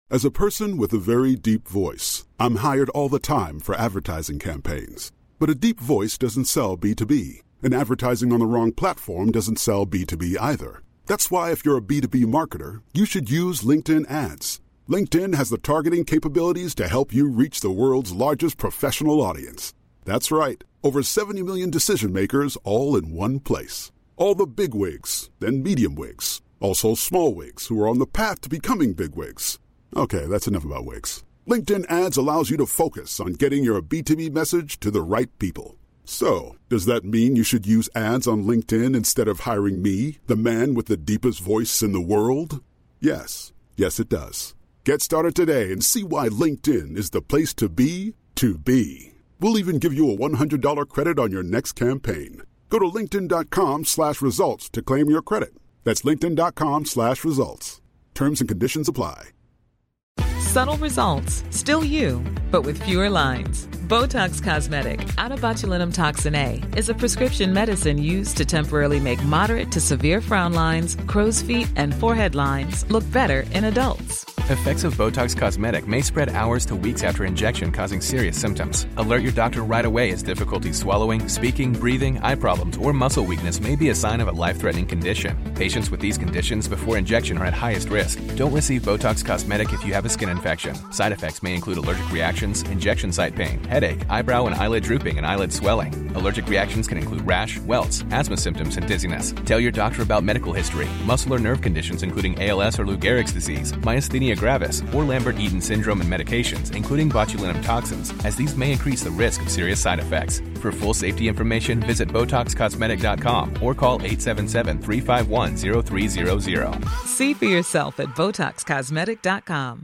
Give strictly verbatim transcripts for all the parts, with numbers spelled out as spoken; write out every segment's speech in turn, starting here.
As a person with a very deep voice, I'm hired all the time for advertising campaigns. But a deep voice doesn't sell B two B, and advertising on the wrong platform doesn't sell B two B either. That's why if you're a B two B marketer, you should use LinkedIn ads. LinkedIn has the targeting capabilities to help you reach the world's largest professional audience. That's right, over seventy million decision makers all in one place. All the big wigs, then medium wigs, also small wigs who are on the path to becoming big wigs. Okay, that's enough about wigs. LinkedIn ads allows you to focus on getting your B two B message to the right people. So, does that mean you should use ads on LinkedIn instead of hiring me, the man with the deepest voice in the world? Yes. Yes, it does. Get started today and see why LinkedIn is the place to be to be. We'll even give you a one hundred dollars credit on your next campaign. Go to linkedin.com slash results to claim your credit. That's linkedin.com slash results. Terms and conditions apply. Subtle results, still you, but with fewer lines. Botox Cosmetic, out of botulinum toxin A, is a prescription medicine used to temporarily make moderate to severe frown lines, crow's feet, and forehead lines look better in adults. Effects of Botox Cosmetic may spread hours to weeks after injection, causing serious symptoms. Alert your doctor right away as difficulty swallowing, speaking, breathing, eye problems, or muscle weakness may be a sign of a life-threatening condition. Patients with these conditions before injection are at highest risk. Don't receive Botox Cosmetic if you have a skin infection. Side effects may include allergic reactions, injection site pain, headache, eyebrow and eyelid drooping, and eyelid swelling. Allergic reactions can include rash, welts, asthma symptoms, and dizziness. Tell your doctor about medical history, muscle or nerve conditions including A L S or Lou Gehrig's disease, myasthenia gravis, or Lambert-Eaton syndrome, and medications, including botulinum toxins, as these may increase the risk of serious side effects. For full safety information, visit Botox Cosmetic dot com or call eight seven seven, three five one, zero three zero zero. See for yourself at Botox Cosmetic dot com.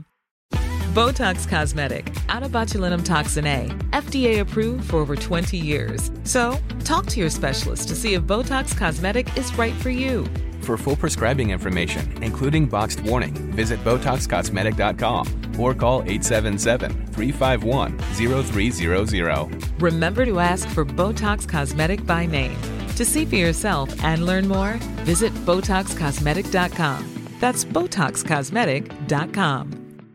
Botox Cosmetic, out of botulinum toxin A, F D A approved for over twenty years. So, talk to your specialist to see if Botox Cosmetic is right for you. For full prescribing information, including boxed warning, visit Botox Cosmetic dot com or call eight seven seven, three five one, zero three zero zero. Remember to ask for Botox Cosmetic by name. To see for yourself and learn more, visit Botox Cosmetic dot com. That's Botox Cosmetic dot com.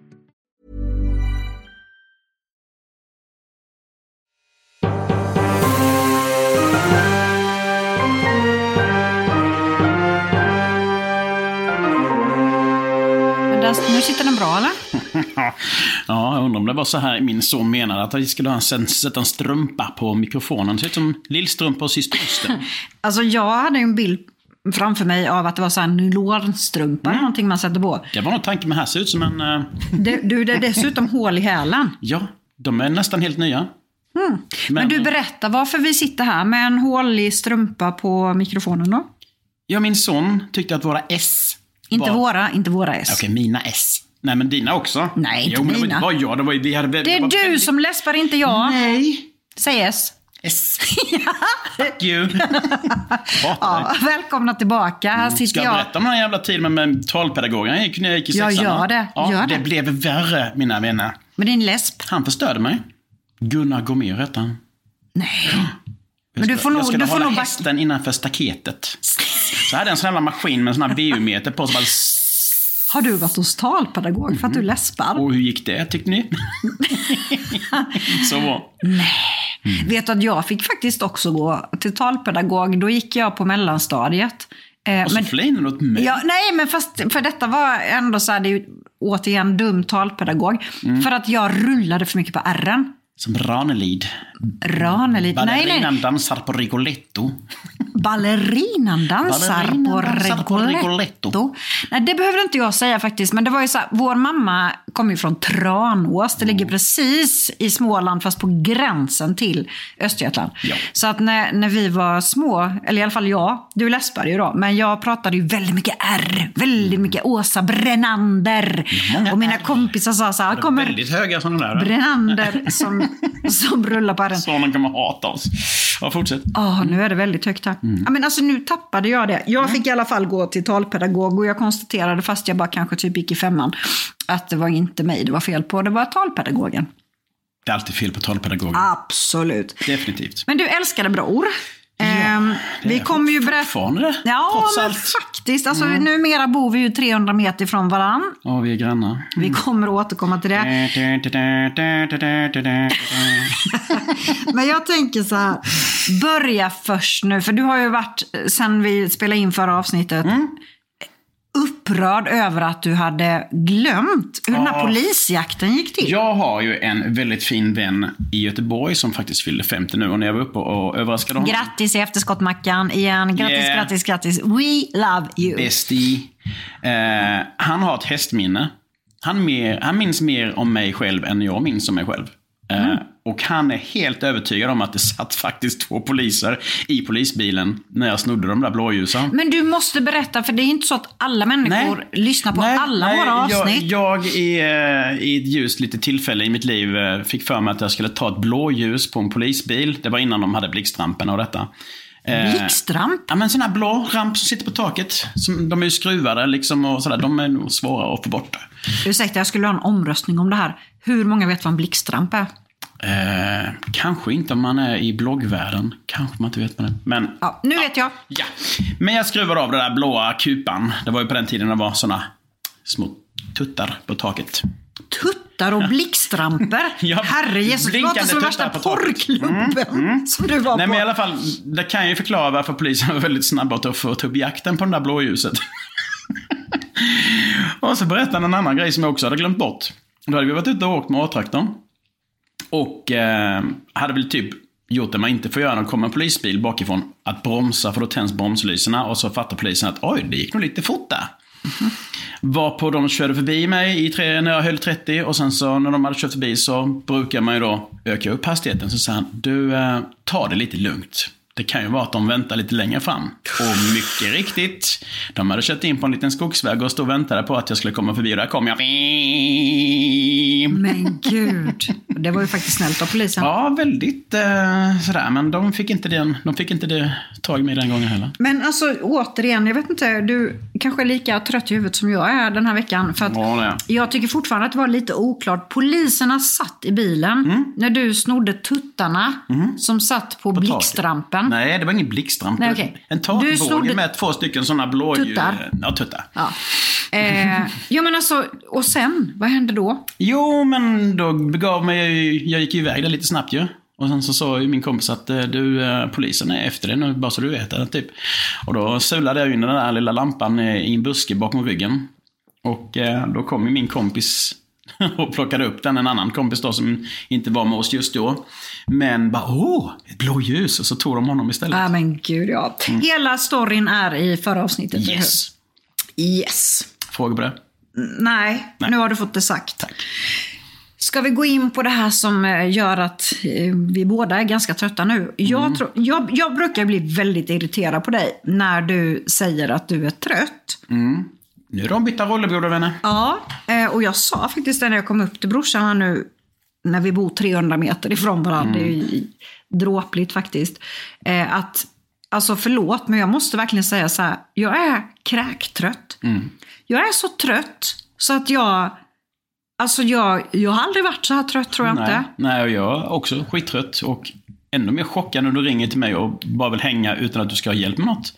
Nu sitter den bra, eller? Ja, jag undrar om det var så här min son menade att jag skulle ha en, sätta en strumpa på mikrofonen. Det ser ut som lillstrumpa och systeröster. Alltså jag hade en bild framför mig av att det var så här en nylonstrumpa, mm. någonting man sätter på. Det var nog tanken med här, ser ut som en... Uh... Det, du, det är dessutom hål i hälen. Ja, de är nästan helt nya. Mm. Men, Men du berättar varför vi sitter här med en hålig strumpa på mikrofonen då? Ja, min son tyckte att våra S... Inte var... våra, inte våra S. Okej, mina S. Nej, men dina också. Nej, inte jo, men mina. Det var inte bara jag. Det, var, vi hade, det, det är var du väldigt... som läspar, inte jag. Nej. Säg S. S. Fuck you. Ja, välkomna tillbaka. Här sitter Ska jag, jag berätta om den här jävla tiden med, med talpedagogen? Jag gick, jag gick i jag sexan. gör det. Ja, gör det. det blev värre, mina vänner. Men din läsp? Han förstörde mig. Gunnar Gomér hette han. Nej. Ja. Men du får nog, jag skulle du får hålla nog hästen innanför staketet. Så jag hade en sån här maskin med en sån här V U-meter på. Så bara... Har du varit hos talpedagog för att mm. du läspar? Och hur gick det, tyckte ni? Så var. Nej. Mm. Vet du att jag fick faktiskt också gå till talpedagog. Då gick jag på mellanstadiet. Eh, och så flinade du åt mig. Ja, nej, men fast för detta var ändå så här, det är ju återigen dum talpedagog. Mm. För att jag rullade för mycket på ärren. Som Ranelid. Ranelid. Ballerinan nej, nej. dansar på Rigoletto. Ballerinan dansar, Ballerinan på, dansar Rigoletto. på Rigoletto. Nej, det behövde inte jag säga faktiskt. Men det var ju så här, vår mamma kom ju från Tranås. Det ligger precis i Småland fast på gränsen till Östergötland. Ja. Så att när, när vi var små, eller i alla fall jag, du läspade ju då. Men jag pratade ju väldigt mycket R. Väldigt mycket Åsa Brennander. Många och mina R. kompisar sa så här. Kommer väldigt höga sådana där. Brennander som, som rullar på R. Sådana kommer hata oss. Ja, fortsätt. Ja, oh, nu är det väldigt högt här. Mm. Ja, men alltså nu tappade jag det. Jag fick i alla fall gå till talpedagog och jag konstaterade, fast jag bara kanske typ gick i femman, att det var inte mig det var fel på, det var talpedagogen. Det är alltid fel på talpedagogen. Absolut. Definitivt. Men du, älskade Bror. Ja, vi kommer ju berätta... Ja, men allt. faktiskt. Alltså, mm. numera bor vi ju trehundra meter från varann. Ja, vi är grannar. Mm. Vi kommer att återkomma till det. Men jag tänker så här, börja först nu. För du har ju varit, sen vi spelade in förra avsnittet, mm. upprörd över att du hade glömt hur ja. den här polisjakten gick till. Jag har ju en väldigt fin vän i Göteborg som faktiskt fyllde femtio nu, och när jag var uppe och överraskade honom. Grattis i efterskott, Mackan, igen. Grattis, yeah. grattis, grattis. We love you. Bestie. Eh, han har ett hästminne. Han, mer, han minns mer om mig själv än jag minns om mig själv. Eh, mm. Och han är helt övertygad om att det satt faktiskt två poliser i polisbilen när jag snodde de där blåljusen. Men du måste berätta, för det är inte så att alla människor nej. lyssnar på nej, alla nej, våra avsnitt. Jag, jag i, i ett ljust lite tillfälle i mitt liv fick för mig att jag skulle ta ett blåljus på en polisbil. Det var innan de hade blixtrampen och detta. Blixtramp? Eh, ja, men sån här blå ramp som sitter på taket. Som, de är ju skruvade liksom och sådär. De är nog svåra att få bort. Ursäkta, jag skulle ha en omröstning om det här. Hur många vet vad en blixtramp är? Eh, kanske inte om man är i bloggvärlden. Kanske man inte vet vad det är. Men, ja, nu vet jag. Ja. Men jag skruvade av den där blåa kupan. Det var ju på den tiden det var såna små tuttar på taket. Tuttar och blixtramper? Ja, herre Jesus, det låter som värsta porrklubben mm, mm. som du var Nej, på. Men i alla fall, det kan ju förklara varför polisen var väldigt snabba att få ta upp jakten på den där blåljuset. Och så berättade en annan grej som jag också hade glömt bort. Då hade vi varit ute och åkt med A-traktorn. Och eh, hade väl typ gjort det man inte får göra när det kommer en polisbil bakifrån. Att bromsa, för då tänds bromslyserna. Och så fattar polisen att oj, det gick nog lite fort där. Mm-hmm. Varpå de körde förbi mig i tre, när jag höll trettio. Och sen så när de hade kört förbi så brukar man ju då öka upp hastigheten. Så sa han, du eh, tar det lite lugnt. Det kan ju vara att de väntar lite längre fram. Och mycket riktigt, de hade kört in på en liten skogsväg och stod och väntade på att jag skulle komma förbi. Och där kom jag. Men gud, det var ju faktiskt snällt av polisen. Ja, väldigt eh, sådär. Men de fick inte det, de fick inte det tag med den gången heller. Men alltså, återigen, jag vet inte, du kanske är lika trött i huvudet som jag är den här veckan. För att ja, jag tycker fortfarande att det var lite oklart. Poliserna satt i bilen mm. när du snodde tuttarna mm. som satt på, på blixtrampen. Nej, det var ingen blixtramp. Nej, okay. En takbåge snodde... med två stycken sådana blå... Tuttar. Ja, tuttar. Ja. Eh, ja, men alltså, och sen, vad hände då? Jo, men då begav mig, jag gick ju iväg där lite snabbt ju. Och sen så sa ju min kompis att du, polisen är efter dig nu, bara så du vet det, typ. Och då sulade jag in den där lilla lampan i en buske bakom ryggen. Och då kom ju min kompis och plockade upp den, en annan kompis då som inte var med oss just då. Men bara, åh, ett blåljus. Och så tog de honom istället. Ja, men gud, ja. Mm. Hela storyn är i förra avsnittet. Yes. Yes. Frågor på det? Nej, Nej, nu har du fått det sagt. Tack. Ska vi gå in på det här som gör att vi båda är ganska trötta nu? Mm. Jag, tror, jag, jag brukar bli väldigt irriterad på dig när du säger att du är trött. Mm. Nu är de bytta roller, goda vänner. Ja, och jag sa faktiskt när jag kom upp till brorsan nu, när vi bor trehundra meter ifrån varandra, mm. det är ju dråpligt faktiskt, att alltså förlåt, men jag måste verkligen säga så här, jag är kräktrött. Mm. Jag är så trött så att jag, alltså jag, jag har aldrig varit så här trött, tror jag. Nej, inte. Nej, och jag är också skittrött och ännu mer chockad när du ringer till mig och bara vill hänga utan att du ska ha hjälp med något.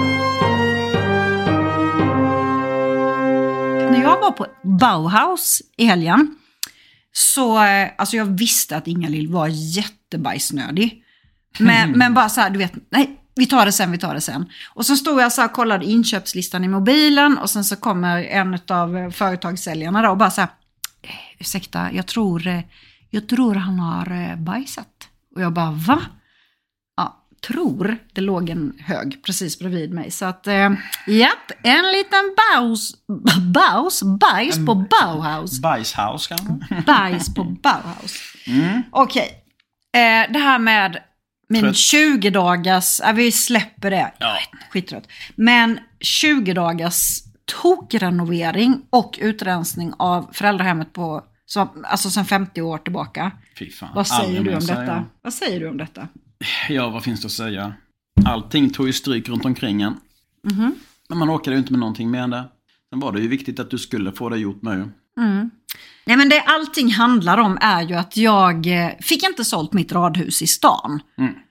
När jag var på Bauhaus i helgen så, alltså jag visste att Inga-Lill var jättebajsnödig. Men, men bara så här, du vet, nej, vi tar det sen, vi tar det sen. Och så stod jag så här och kollade inköpslistan i mobilen och sen så kommer en av företagssäljarna då och bara så här, ursäkta, jag tror, jag tror han har bajsat. Och jag bara, va? Ja, tror, det låg en hög precis bredvid mig. Så att, eh, japp, en liten baus, baus, bajs på Bauhaus. Bajshaus kanske? Bajs på Bauhaus. Mm. Okej, eh, det här med min tjugo dagars, ja, vi släpper det, ja. Skittrött. Men tjugo dagars tokrenovering och utrensning av föräldrahemmet på, så, alltså sedan femtio år tillbaka. Fy fan. Vad säger du om detta? Jag. Vad säger du om detta? Ja, vad finns det att säga? Allting tog ju stryk runt omkring en. Mm-hmm. Men man åkade ju inte med någonting mer än det. Sen var det ju viktigt att du skulle få det gjort med. Mm. Nej, men det allting handlar om är ju att jag fick inte sålt mitt radhus i stan. Mm.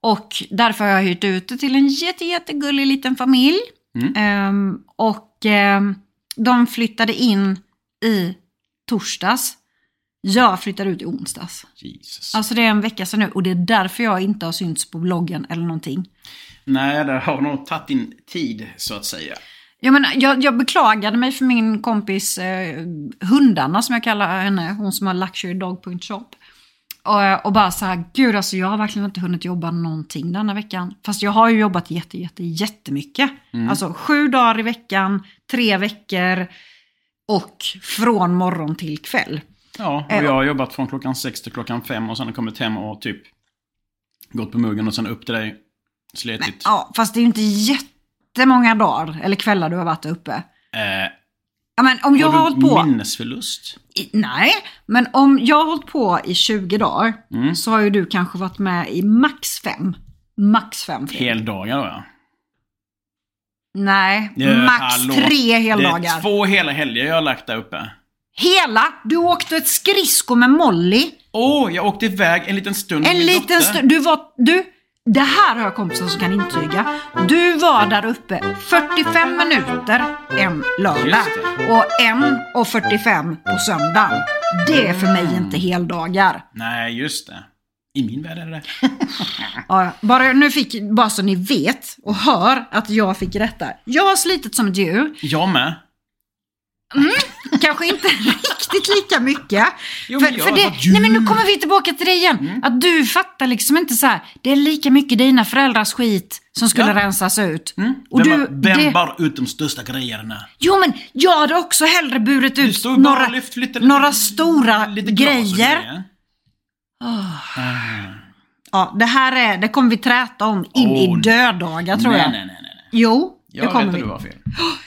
Och därför har jag hyrt ut det till en jätte, jättegullig liten familj. Mm. Um, och um, de flyttade in i torsdags. Jag flyttade ut i onsdags. Jesus. Alltså det är en vecka sedan nu. Och det är därför jag inte har synts på bloggen eller någonting. Nej, det har nog tagit in tid så att säga. Jag, menar, jag, jag beklagade mig för min kompis eh, hundarna som jag kallar henne. Hon som har luxury dog punkt shop. Och, och bara så här, gud alltså jag har verkligen inte hunnit jobba någonting denna veckan. Fast jag har ju jobbat jätte, jätte, jättemycket. Mm. Alltså sju dagar i veckan, tre veckor och från morgon till kväll. Ja, och jag har jobbat från klockan sex till klockan fem och sen har kommit hem och typ gått på muggen och sen upp till dig slitit. Men, ja, fast det är ju inte jättemånga dagar eller kvällar du har varit uppe. Eh, ja, men om jag har, har hållit på... minnesförlust? I, nej, men om jag har hållit på i tjugo dagar mm. så har ju du kanske varit med i max fem. Max fem. Heldagar då, ja. Nej, ja, max hallå. tre heldagar. Det är två hela helger jag har lagt där uppe. Hela? Du åkte ett skridsko med Molly. Åh, oh, jag åkte iväg en liten stund med En min liten stund. Du var... Du... Det här har jag kompisar som kan intyga. Du var där uppe fyrtiofem minuter en lördag. Och en och fyrtiofem på söndag. Det är för mig inte heldagar. Nej, just det. I min värld är det. Ja, bara nu fick, bara så ni vet och hör att jag fick rätt där. Jag har slitit som ett djur. Jag med. Mm, kanske inte riktigt lika mycket. Jo, för, för det, nej men nu kommer vi tillbaka till det igen. Mm. Att du fattar liksom inte så här. Det är lika mycket dina föräldrars skit som skulle ja. rensas ut. Mm. Och vem du, vem det... bar ut de största grejerna? Jo men jag hade också hellre burit ut några, lyft, lite, några stora lite grejer. grejer. Oh. Mm. Ja, det här är, det kommer vi träta om in oh. i döddagar tror nej, jag. Nej, nej, nej. Jo, det jag kommer vet vi. Du var fel.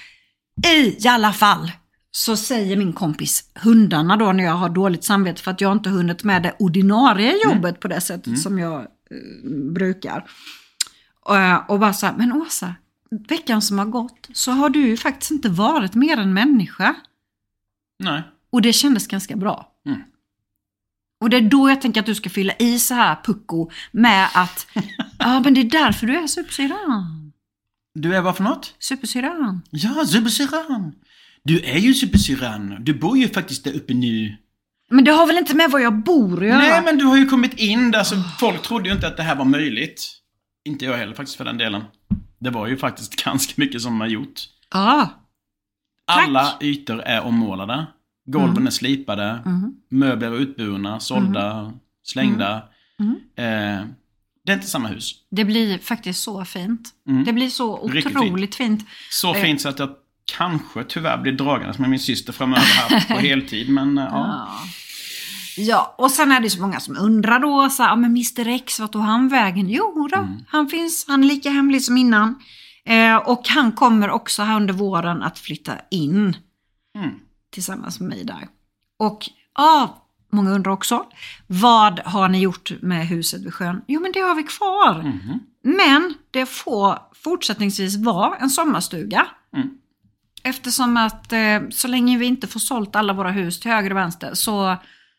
I alla fall så säger min kompis hundarna då när jag har dåligt samvete för att jag inte hunnit med det ordinarie jobbet mm. på det sättet mm. som jag uh, brukar. Och, och bara så här, men Åsa, veckan som har gått så har du ju faktiskt inte varit mer än människa. Nej. Och det kändes ganska bra. Mm. Och det är då jag tänker att du ska fylla i så här pucko med att ja men det är därför du är supersyran. Du är vad för något? Supersyran. Ja, supersyran. Du är ju supersyran. Du bor ju faktiskt där uppe nu. Men det har väl inte med var jag bor att göra? Nej, men du har ju kommit in där så folk trodde ju inte att det här var möjligt. Inte jag heller faktiskt för den delen. Det var ju faktiskt ganska mycket som man gjort. Ah. Alla ytor är ommålade. Golven mm. är slipade. Mm. Möbler är utburna, sålda, mm. slängda. Mm. Eh, det är inte samma hus. Det blir faktiskt så fint. Mm. Det blir så otroligt fint. fint. Så eh. fint så att jag kanske tyvärr blir dragandes med min syster framöver här på heltid. Men ja. ja. Ja, och sen är det så många som undrar då. Så här, ja, men mister X, vad tog han vägen? Jo då, mm. han finns. Han är lika hemlig som innan. Eh, och han kommer också här under våren att flytta in. Mm. Tillsammans med mig där. Och ja, många undrar också. Vad har ni gjort med huset vid sjön? Jo, men det har vi kvar. Mm. Men det får fortsättningsvis vara en sommarstuga. Mm. Eftersom att eh, så länge vi inte får sålt alla våra hus till höger och vänster så,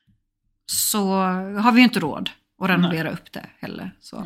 så har vi ju inte råd att renovera Nej. upp det heller. Så.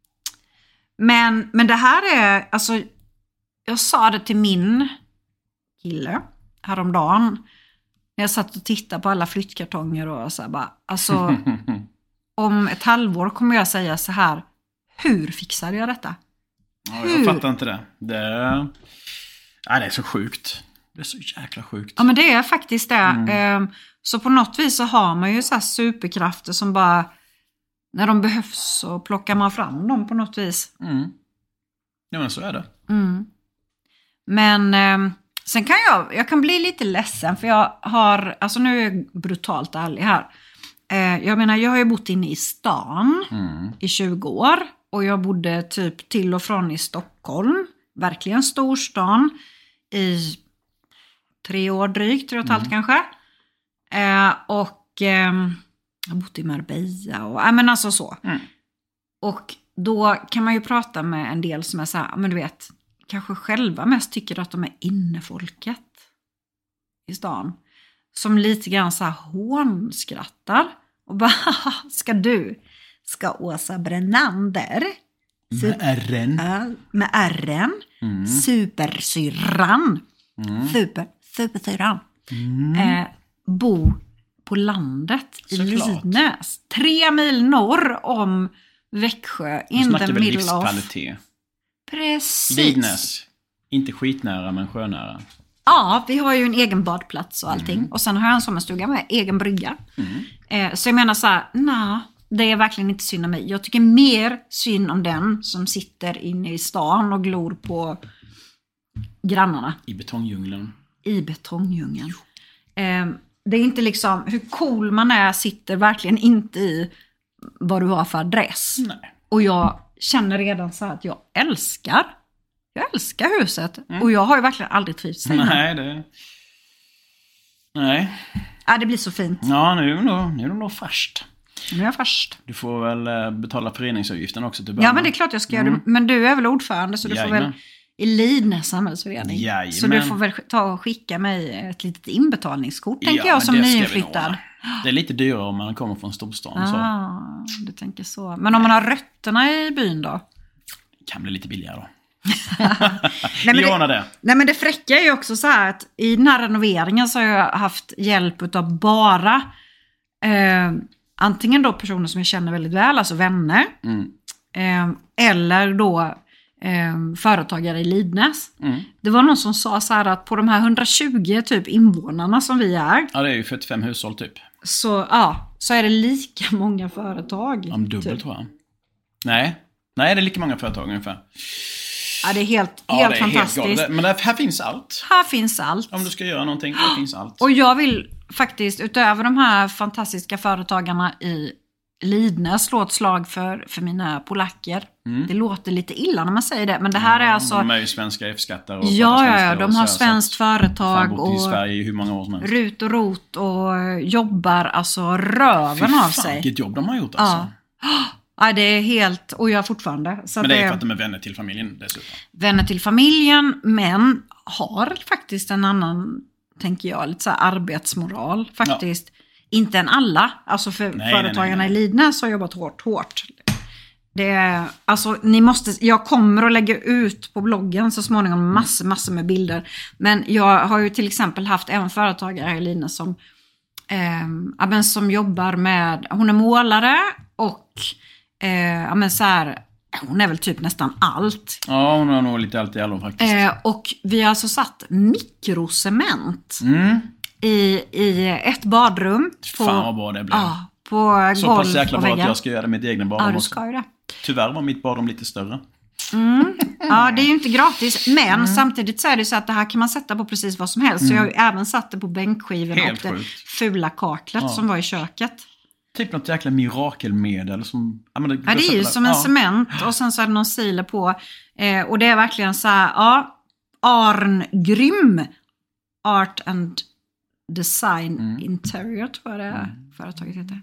Men, men det här är, alltså, jag sa det till min kille häromdagen när jag satt och tittade på alla flyttkartonger och så här bara, alltså om ett halvår kommer jag säga så här, hur fixade jag detta? Ja, jag fattar inte det. Det är, ja, det är så sjukt. Det är så jäkla sjukt. Ja, men det är faktiskt det. Mm. Så på något vis så har man ju så här superkrafter som bara, när de behövs så plockar man fram dem på något vis. Mm. Ja, men så är det. Mm. Men eh, sen kan jag, jag kan bli lite ledsen för jag har, alltså nu är jag brutalt ärlig här. Eh, jag menar, jag har ju bott inne i stan mm. i tjugo år. Och jag bodde typ till och från i Stockholm. Verkligen storstan. I tre år drygt, tre och ett halvt mm. kanske. Eh, och eh, jag har bott i Marbella. Och, äh, men alltså så. Mm. Och då kan man ju prata med en del som är så här, men du vet, kanske själva mest tycker att de är innefolket i stan. Som lite grann så här hånskrattar. Och bara, ska du, ska Åsa Brennander Med ärren. Uh, med ärren. Mm. Supersyrran. Mm. Super, supersyrran. Mm. Eh, bo på landet i Lidnäs. Tre mil norr om Växjö. In the middle livskvalitet. Of... Precis. Lidnäs. Inte skitnära men sjönära. Ja, vi har ju en egen badplats och allting. Mm. Och sen har jag en sommarstuga med egen brygga. Mm. Eh, så jag menar så här, nej, det är verkligen inte synd om mig. Jag tycker mer synd om den som sitter inne i stan och glor på grannarna. I betongdjungeln. I betongdjungeln. Eh, det är inte liksom, hur cool man är sitter verkligen inte i vad du har för adress. Nej. Och jag känner redan så här att jag älskar Jag älskar huset. Mm. Och jag har ju verkligen aldrig trivts där. Nej, det... Nej. Ja, det blir så fint. Ja, nu är du nog, nu är du nog fast. Nu är jag fast. Du får väl betala föreningsavgiften också till Ja, men det är klart jag ska mm. göra det. Men du är väl ordförande så du Jajamän. får väl i Lidnäs samhällsförening. Jajamän. Så du får väl ta och skicka mig ett litet inbetalningskort, ja, tänker jag, som nyinflyttad. Det är lite dyrare om man kommer från storstan. Ah, så. Du tänker så. Men om man har rötterna i byn då? Det kan bli lite billigare då. nej, men det, det. nej men det fräcka är ju också så här att i den här renoveringen så har jag haft hjälp av bara eh, antingen då personer som jag känner väldigt väl, alltså vänner, mm. eh, eller då eh, företagare i Lidnäs. Mm. Det var någon som sa så här att på de här hundratjugo typ invånarna som vi är. Ja, det är ju fyrtiofem hushåll typ. Så ja, så är det lika många företag. Om dubbelt typ. Tror jag. Nej, nej det är lika många företag ungefär. Ja, det är helt, ja, helt det är fantastiskt. Helt men det, här finns allt. Här finns allt. Om du ska göra någonting, det finns allt. Och jag vill faktiskt, utöver de här fantastiska företagarna i Lidnäs, slå ett slag för, för mina polacker. Mm. Det låter lite illa när man säger det, men det här ja, är alltså... De är ju svenska F-skattare och ja, ja, ja, de har svenskt företag och... i Sverige i hur många år som helst. Rut och rot och jobbar alltså röven Fy fan, av sig. Vilket jobb de har gjort alltså. Ja. Ja, det är helt, och jag fortfarande. Så men det är för att de är vänner till familjen dessutom. Vänner till familjen, men har faktiskt en annan, tänker jag, lite så här arbetsmoral faktiskt. Ja. Inte än alla, alltså för nej, företagarna nej, nej, nej. i Lidnäs har jobbat hårt, hårt. Det är, alltså ni måste, jag kommer att lägga ut på bloggen så småningom massor, massor med bilder. Men jag har ju till exempel haft en företagare i Lidnäs som, eh, men som jobbar med, hon är målare och Eh, ja, men så här, hon är väl typ nästan allt. Ja, hon har nog lite allt i allo faktiskt. Eh, och vi har alltså satt mikrocement mm. i, i ett badrum. På, fan vad bra det blev. Ja, på så golv pass jäkla och bra väggar. Att jag ska göra det med mitt egna badrum. Ja, du ska ju det. Tyvärr var mitt badrum lite större. Mm. Ja, det är ju inte gratis. Men mm. samtidigt så är det så att det här kan man sätta på precis vad som helst. Mm. Så jag har ju även satt det på bänkskiven och det fula kaklet ja. som var i köket. Typ något jäkla mirakelmedel som... Ja, men det, ja, det är ju som en ja. cement och sen så är det någon siler på. Eh, och det är verkligen så här, ja, Arn Grym Art and Design mm. Interior tror jag det är mm. företaget heter.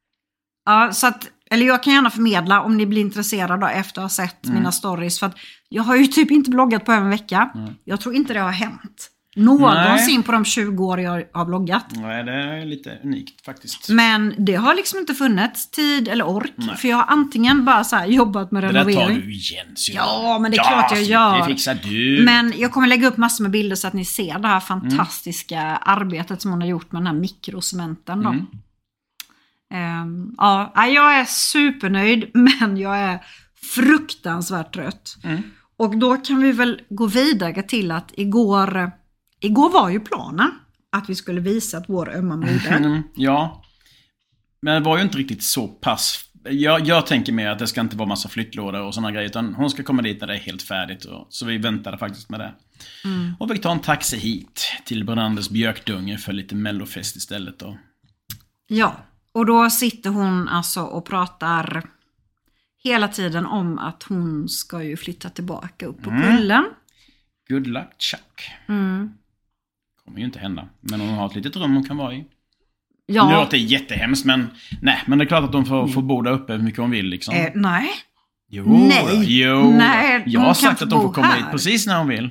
Ja, så att, eller jag kan gärna förmedla om ni blir intresserade efter att ha sett mm. mina stories. För att jag har ju typ inte bloggat på en vecka. Mm. Jag tror inte det har hänt. Någonsin på de tjugo år jag har bloggat. Nej, det är lite unikt faktiskt. Men det har liksom inte funnits tid eller ork. Nej. För jag har antingen bara så här jobbat med renovering. Det där tar du igen. Så ja, men det är ja, klart jag gör. Det fixar du. Men jag kommer lägga upp massor med bilder så att ni ser det här fantastiska mm. arbetet som hon har gjort med den här mikrocementen då. Mm. Um, ja, jag är supernöjd, men jag är fruktansvärt trött. Mm. Och då kan vi väl gå vidare till att igår... Igår var ju planen att vi skulle visa att vår ömma moder. Mm, ja, men det var ju inte riktigt så pass. Jag, jag tänker mer att det ska inte vara massa flyttlådor och sådana grejer. Utan hon ska komma dit när det är helt färdigt. Och, så vi väntade faktiskt med det. Mm. Och vi tar en taxi hit till Branders Björkdunge för lite mellofest istället då. Ja, och då sitter hon alltså och pratar hela tiden om att hon ska ju flytta tillbaka upp på mm. kullen. Good luck, Chuck. Mm. Kommer ju inte hända. Men hon har ett litet rum hon kan vara i. Ja. Nu låter det jättehemskt, men nej, men det är klart att de får, mm. får bo där uppe hur mycket hon vill liksom. Eh, nej. Jo, nej. jo. Nej, jag har sagt att de får komma hit precis när hon vill.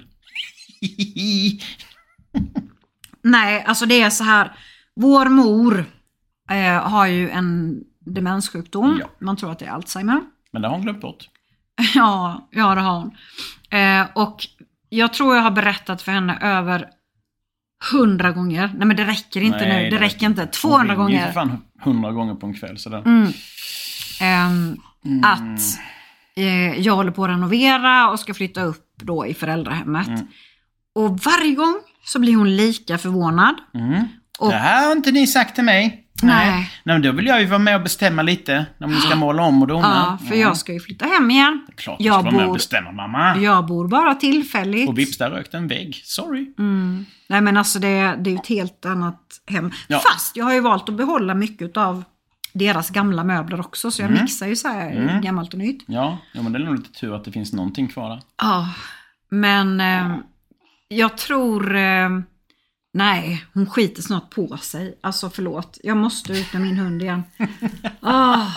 Nej, alltså det är så här. Vår mor eh, har ju en demenssjukdom. Ja. Man tror att det är Alzheimer. Men det har hon glömt bort. Ja, ja det har hon. Eh, och jag tror jag har berättat för henne över hundra gånger. Nej men det räcker inte Nej, nu, det, det räcker, räcker inte. tvåhundra gånger. Det är fan hundra gånger på en kväll. Sådär. Mm. Eh, mm. Att eh, jag håller på att renovera och ska flytta upp då i föräldrahemmet. Mm. Och varje gång så blir hon lika förvånad. Mm. Och, det här har inte ni sagt till mig. Nej. Nej. Nej, men då vill jag ju vara med och bestämma lite när man ska måla om och dona. Ja, för jag ska ju flytta hem igen. Det är klart jag ska vara med och bestämma, mamma. Jag bor bara tillfälligt. Och vips, där rökte en vägg. Sorry. Mm. Nej, men alltså det, det är ju ett helt annat hem. Ja. Fast jag har ju valt att behålla mycket av deras gamla möbler också. Så jag mm. mixar ju så här mm. gammalt och nytt. Ja, ja, men det är nog lite tur att det finns någonting kvar där. Ja, men eh, jag tror... Eh, Nej, hon skiter snart på sig. Alltså förlåt, jag måste ut med min hund igen. Oh,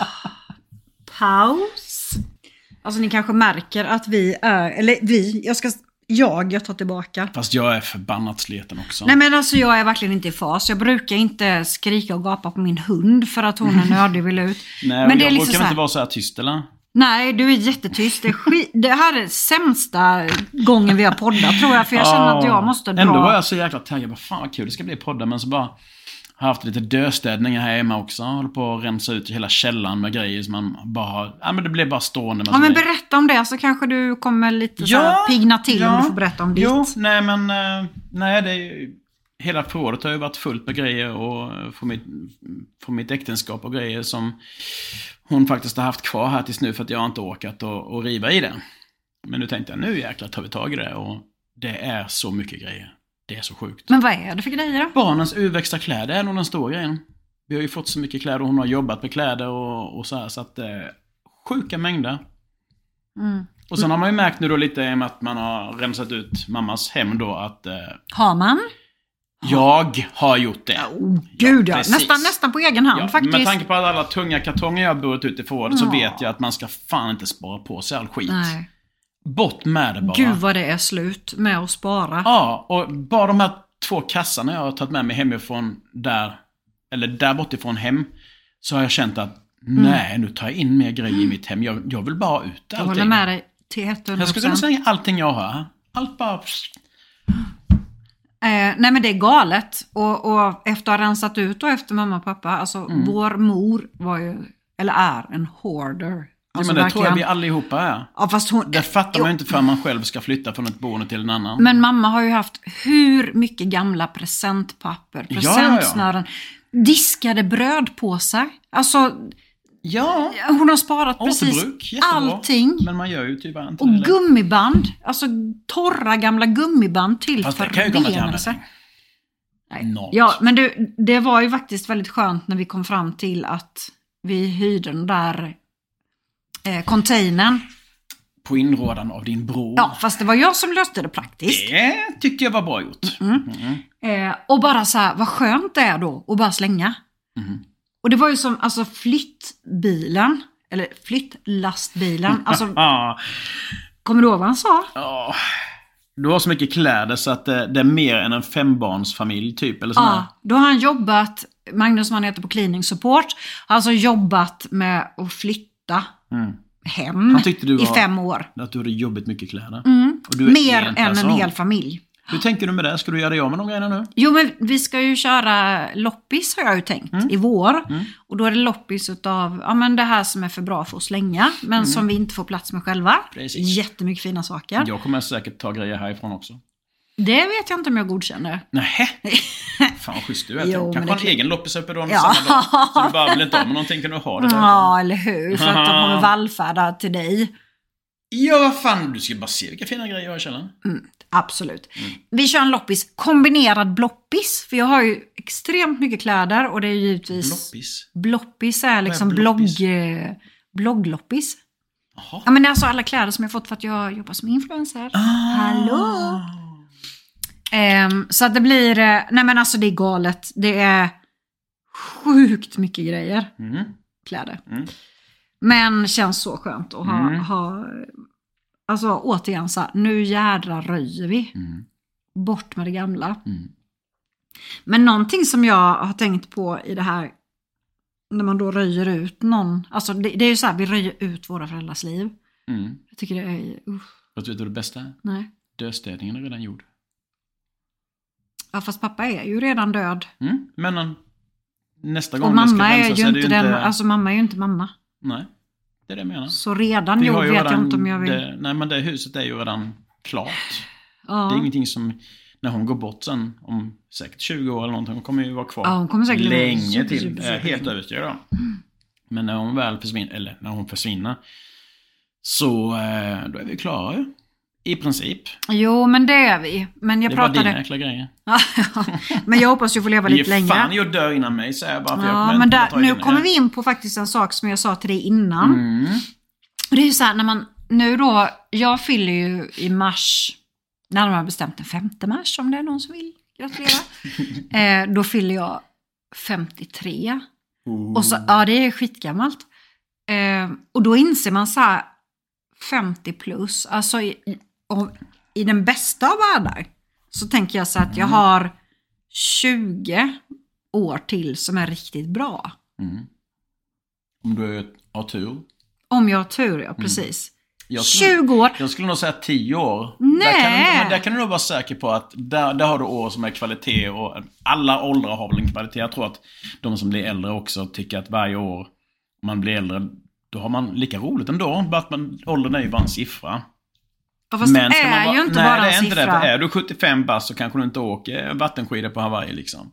paus. Alltså ni kanske märker att vi är, eller vi, jag ska, jag, jag tar tillbaka. Fast jag är förbannat sleten också. Nej men alltså jag är verkligen inte i fas. Jag brukar inte skrika och gapa på min hund för att hon är nördig vill ut. Nej, men det är liksom brukar så här, inte vara så här tyst eller? Nej, du är jättetyst. Det, är skit, det här är sämsta gången vi har poddat tror jag. För jag känner oh, att jag måste dra. Ändå var jag så jäkla taggad. Vad fan vad kul det ska bli podda. Men så bara har jag haft lite döstädningar här hemma också. Håller på att rensa ut hela källan med grejer som man bara har. Ja men det blir bara stående. Med ja men berätta om det så kanske du kommer lite ja, så här pigna till ja, om du får berätta om ditt. Jo, nej men nej det är ju... Hela förrådet har ju varit fullt med grejer och för mitt, för mitt äktenskap och grejer som hon faktiskt har haft kvar här tills nu för att jag inte orkat och, och riva i det. Men nu tänkte jag, nu jäklar tar vi tag i det och det är så mycket grejer. Det är så sjukt. Men vad är det för grejer då? Barnens urväxta kläder är nog den stora grejen. Vi har ju fått så mycket kläder och hon har jobbat med kläder och, och så här så att eh, sjuka mängder. Mm. Och sen har man ju märkt nu då lite i och med att man har rensat ut mammas hem då att... Eh, har man? Jag har gjort det. Oh, gud, ja, nästan, nästan på egen hand ja, faktiskt. Med tanke på att alla tunga kartonger jag har burit ut i förrådet ja. Så vet jag att man ska fan inte spara på sig all skit. Nej. Bort med det bara. Gud vad det är slut med att spara. Ja, och bara de här två kassarna jag har tagit med mig hemifrån där, eller där bortifrån hem, så har jag känt att mm. nej, nu tar jag in mer grejer i mitt hem. Jag, jag vill bara ut allting. Jag håller med dig till hundra procent. Jag skulle kunna säga allting jag har. Allt bara... Eh, nej men det är galet och, och efter att ha rensat ut och efter mamma och pappa alltså mm. vår mor var ju eller är en hoarder alltså, ja, men det verkligen. Tror jag vi allihopa är ja, fast hon, det fattar man ju inte för man själv ska flytta från ett boende till en annan. Men mamma har ju haft hur mycket gamla presentpapper, presentsnören ja, ja, ja. Diskade brödpåsar alltså ja, hon har sparat precis allting. Men man gör ju typ inte och gummiband, alltså torra gamla gummiband till fast förbindelse. Ja, men du, det var ju faktiskt väldigt skönt när vi kom fram till att vi hyrde den där eh, containern. På inrådan av din bror. Ja, fast det var jag som löste det praktiskt. Det tyckte jag var bra gjort. Mm. Mm. Eh, och bara så här, vad skönt det är då att bara slänga. Mm. Och det var ju som alltså flyttbilen, eller flyttlastbilen. Alltså, kommer du ihåg vad han sa? Ja, du har så mycket kläder så att det, det är mer än en fembarnsfamilj typ. Eller ja, då har han jobbat, Magnus som han heter på Cleaning Support, har alltså jobbat med att flytta mm. hem han tyckte du var, i fem år. Att du hade jobbigt mycket kläder. Mm. Och du är mer en än en hel familj. Hur tänker du med det? Ska du göra det med de grejerna nu? Jo, men vi ska ju köra loppis har jag ju tänkt mm. i vår. Mm. Och då är det loppis utav ja, men det här som är för bra för att slänga. Men mm. som vi inte får plats med själva. Precis. Jättemycket fina saker. Jag kommer säkert ta grejer härifrån också. Det vet jag inte om jag godkänner. Nej. Fan vad schysst du är. Jo, kanske ha en egen loppis uppe då ja. Samma dag. Så du bara vill inte ha med någonting kan du ha det där. Ja, eller hur? För att de kommer vallfärda till dig. Ja, vad fan. Du ska bara se vilka fina grejer jag har i källaren. Mm. Absolut. Mm. Vi kör en loppis, kombinerad bloppis. För jag har ju extremt mycket kläder. Och det är givetvis... Bloppis? Bloppis är liksom är blogg, bloggloppis. Aha. Ja men det är alltså alla kläder som jag fått för att jag jobbar som influencer. Ah. Hallå! Um, så att det blir... Nej men alltså det är galet. Det är sjukt mycket grejer. Mm. Kläder. Mm. Men känns så skönt att ha... Mm. ha Alltså återigen så här, nu jädra röjer vi. Mm. Bort med det gamla. Mm. Men någonting som jag har tänkt på i det här, när man då röjer ut någon, alltså det, det är ju så här, vi röjer ut våra föräldrars liv. Mm. Jag tycker det är... Uh. Vet du vad det bästa är? Nej. Dödstädningen är redan gjord. Ja, fast pappa är ju redan död. Mm. Men en, nästa gång och mamma det ska är rensas ju är inte det den... inte... Alltså mamma är ju inte mamma. Nej, det är det jag menar. Så redan Vi gjord har ju vet redan jag inte om jag vill... Det, nej, men det huset är ju redan klart. Ja. Det är ingenting som... När hon går bort sen om säkert tjugo år eller någonting, hon kommer ju vara kvar ja, hon kommer säkert länge super, till. super, super, Jag är helt övertygad om. Mm. Men när hon väl försvinner, eller när hon försvinner, så eh, då är vi klara ju. I princip. Jo, men det är vi. Men jag det pratade... var dina jäkla grejer. Men jag hoppas ju få leva lite längre. Det är fan jag dör innan mig, säger jag bara. För ja, jag men där, nu dina. kommer vi in på faktiskt en sak som jag sa till dig innan. Mm. Och det är ju så här, när man... Nu då, jag fyller ju i mars... När de har bestämt den femte mars, om det är någon som vill gratulera. eh, då fyller jag femtiotre. Oh. Och så, ja, det är skitgammalt. Eh, och då inser man så här, femtio plus. Alltså i, och, i den bästa av världar så tänker jag så att jag har tjugo år till som är riktigt bra. Mm. Om du har tur. Om jag har tur, ja, precis. Jag skulle, tjugo år. Jag skulle nog säga tio år. Nej. Där kan, du, men där kan du nog vara säker på att där, där har du år som är kvalitet. Och alla åldrar har väl en kvalitet. Jag tror att de som blir äldre också tycker att varje år man blir äldre, då har man lika roligt ändå. Bara att man, åldern är ju bara en siffra. Ja, fast men det är man ju inte nej, bara det en är inte siffra. Det. Är du sjuttiofem bast så kanske du inte åker vattenskidor på Hawaii liksom.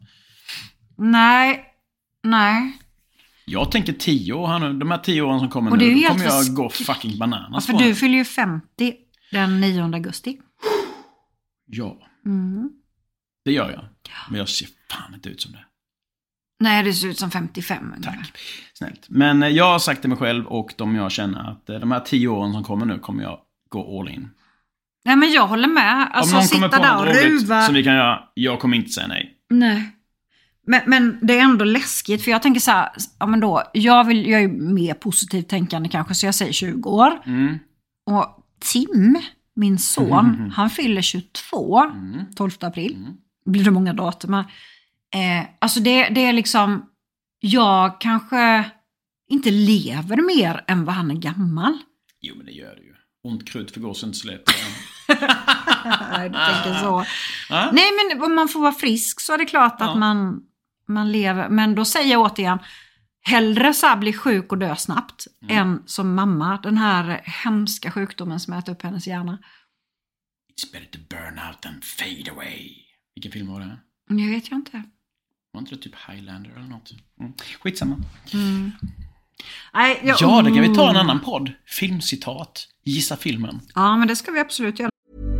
Nej, nej. Jag tänker tio år här nu. De här tio åren som kommer Och det är nu, ju då kommer helt jag gå fucking bananas. Ja, för du fyller ju femtio den nionde augusti. Ja. Mm. Det gör jag. Men jag ser fan inte ut som det. Nej, det ser ut som femtiofem. Tack. Snällt. Men jag har sagt till mig själv och de jag känner att de här tio åren som kommer nu kommer jag gå all in. Nej, men jag håller med. Alltså, om någon sitta kommer på där något och roligt ruva. som vi kan göra, jag kommer inte säga nej. Nej. Men, men det är ändå läskigt, för jag tänker så här, ja men då, jag, vill, jag är mer positivt tänkande kanske, så jag säger tjugo år. Mm. Och Tim, min son, Mm. han fyller tjugotvå, Mm. tolfte april. Mm. Blir det många datum här. Eh, alltså det, det är liksom, jag kanske inte lever mer än vad han är gammal. Jo, men det gör det ju. Ont krut förgår sig inte så lätt. Nej, du tänker så. Ah? Nej, men om man får vara frisk så är det klart Ja. att man, man lever. Men då säger jag återigen, hellre så här bli sjuk och dö snabbt Mm. än som mamma, den här hemska sjukdomen som äter upp hennes hjärna. It's better to burn out than fade away. Vilken film var det? Jag vet ju inte. Var inte det typ Highlander eller något? Mm. Skitsamma. Mm. Nej, jag, Ja, det kan vi ta en annan podd. Filmcitat. Gissa filmen. Ja, men det ska vi absolut göra.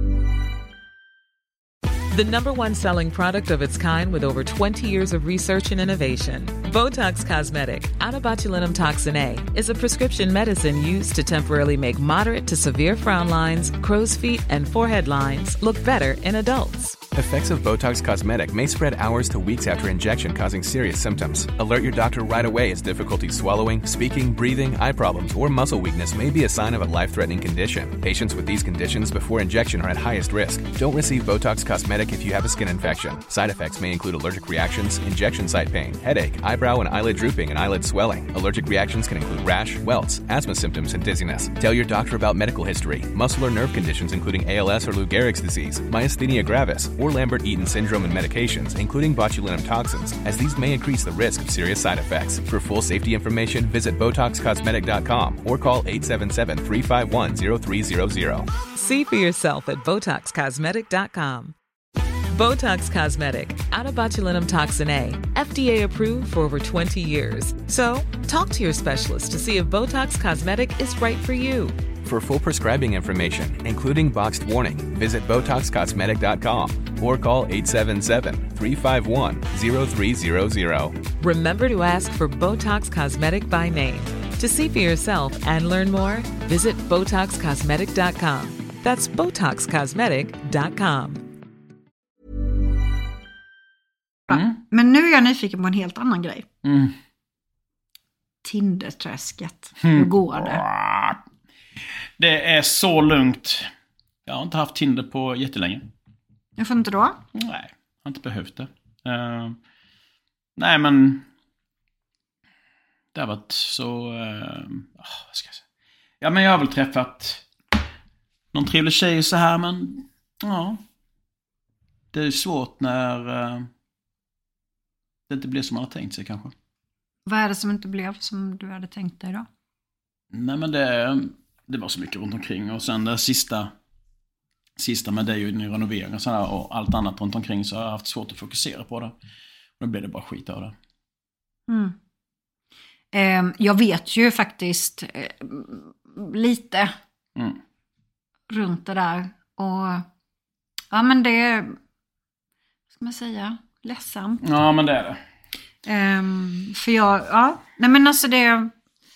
The number one selling product of its kind with over twenty years of research and innovation. Botox Cosmetic, out of botulinum toxin A, is a prescription medicine used to temporarily make moderate to severe frown lines, crow's feet, and forehead lines look better in adults. Effects of Botox Cosmetic may spread hours to weeks after injection, causing serious symptoms. Alert your doctor right away as difficulty swallowing, speaking, breathing, eye problems, or muscle weakness may be a sign of a life-threatening condition. Patients with these conditions before injection are at highest risk. Don't receive Botox Cosmetic if you have a skin infection. Side effects may include allergic reactions, injection site pain, headache, eyebrow and eyelid drooping, and eyelid swelling. Allergic reactions can include rash, welts, asthma symptoms, and dizziness. Tell your doctor about medical history, muscle or nerve conditions including A L S or Lou Gehrig's disease, myasthenia gravis, or Lambert-Eaton syndrome and medications, including botulinum toxins, as these may increase the risk of serious side effects. For full safety information, visit Botox Cosmetic dot com or call eight seven seven, three five one, zero three zero zero. See for yourself at Botox Cosmetic dot com. Botox Cosmetic, out of botulinum toxin A, F D A approved for over twenty years. So, talk to your specialist to see if Botox Cosmetic is right for you. For full prescribing information, including boxed warning, visit Botox Cosmetic dot com or call eight seven seven, three five one, zero three zero zero. Remember to ask for Botox Cosmetic by name. To see for yourself and learn more, visit Botox Cosmetic dot com. That's Botox Cosmetic dot com. Mm. Men nu är jag nyfiken på en helt annan grej. Mm. Tinderträsket. Mm. Hur går det? Det är så lugnt. Jag har inte haft Tinder på jättelänge. Varför inte då? Nej, jag har inte behövt det. Uh, nej, men det har varit så... Uh, vad ska jag säga? Ja, men jag har väl träffat någon trevlig tjej så här, men ja. Det är svårt när uh, det inte blir som man har tänkt sig kanske. Vad är det som inte blev som du hade tänkt dig då? Nej, men det, det var så mycket runt omkring. Och sen det sista, sista med dig och din renovering och, så här, och allt annat runt omkring, så har jag haft svårt att fokusera på det. Och då blev det bara skit av det. Mm. Eh, jag vet ju faktiskt eh, lite mm. runt det där. Och ja, men det är, vad ska man säga, ledsamt. Ja, men det är det. Eh, för jag, ja, nej men alltså det...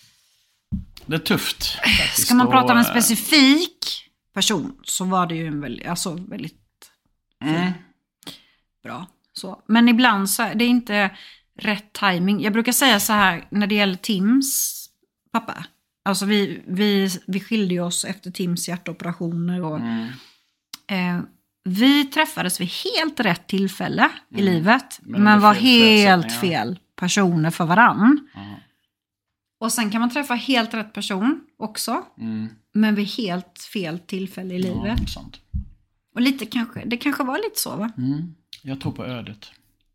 Det är tufft. Faktiskt. Ska man prata om en och, specifik person så var det ju en väldigt, alltså väldigt mm. bra. Så. Men ibland så är det inte rätt timing. Jag brukar säga så här när det gäller Tims pappa. Alltså vi, vi, vi skilde oss efter Tims hjärtoperationer. Och, mm. eh, vi träffades vid helt rätt tillfälle mm. i livet. Men, men var fel helt fel personer för varann. Mm. Och sen kan man träffa helt rätt person också. Mm. Men vid helt fel tillfälle i livet. Ja, sant. Och lite kanske, det kanske var lite så, va? Mm. Jag tror på ödet.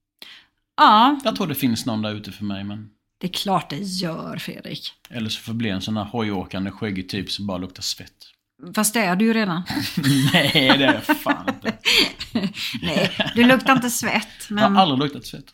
Ja. Jag tror det finns någon där ute för mig, men... Det är klart det gör, Fredrik. Eller så får bli en sån här hojåkande skäggig typ som bara luktar svett. Fast det är du ju redan. Nej, det är fan inte. Nej, du luktar inte svett. Men... Jag har aldrig luktat svett.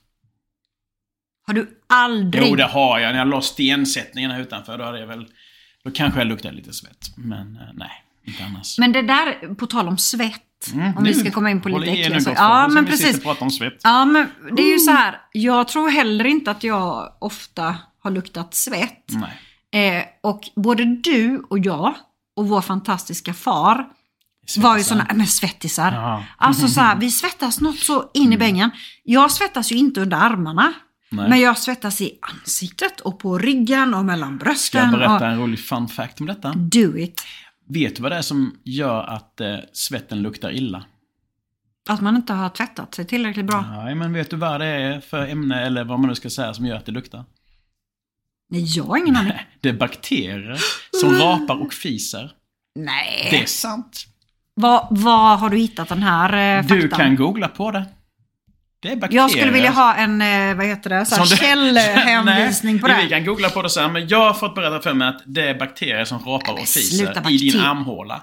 Har du aldrig... Jo, det har jag. När jag la stensättningen här utanför, då hade jag väl... Då kanske jag luktade lite svett. Men nej, inte annars. Men det där, på tal om svett. Mm, om nu, vi ska komma in på lite äckliga saker. Ja, men vi precis. prata om svett. Ja, men det är ju så här. Jag tror heller inte att jag ofta har luktat svett. Nej. Eh, och både du och jag och vår fantastiska far svettisar. Var ju såna, men svettisar. Ja. Alltså så här, vi svettas något så in i bängen. Jag svettas ju inte under armarna. Nej. Men jag svettas i ansiktet och på ryggen och mellan brösten. Ska jag berätta och... en rolig fun fact om detta? Do it. Vet du vad det är som gör att eh, svetten luktar illa? Att man inte har tvättat sig tillräckligt bra. Nej, men vet du vad det är för ämne eller vad man nu ska säga som gör att det luktar? Nej, jag har ingen aning. Det är bakterier som rapar och fiser. Nej. Det är sant. Vad, vad har du hittat den här eh, faktan? Du kan googla på det. Det är bakterier. Jag skulle vilja ha en, eh, vad heter det, så här källhänvisning på det. Vi kan googla på det sen, men jag har fått berätta för mig att det är bakterier som rapar och fiser i din armhåla.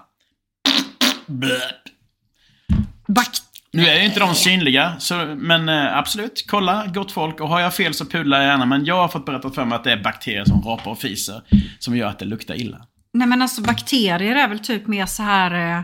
Bakt- Nu är ju inte de synliga, så, men eh, absolut, kolla, gott folk. Och har jag fel så pudlar jag gärna, men jag har fått berättat för mig att det är bakterier som rapar och fiser som gör att det luktar illa. Nej, men alltså bakterier är väl typ mer så här eh,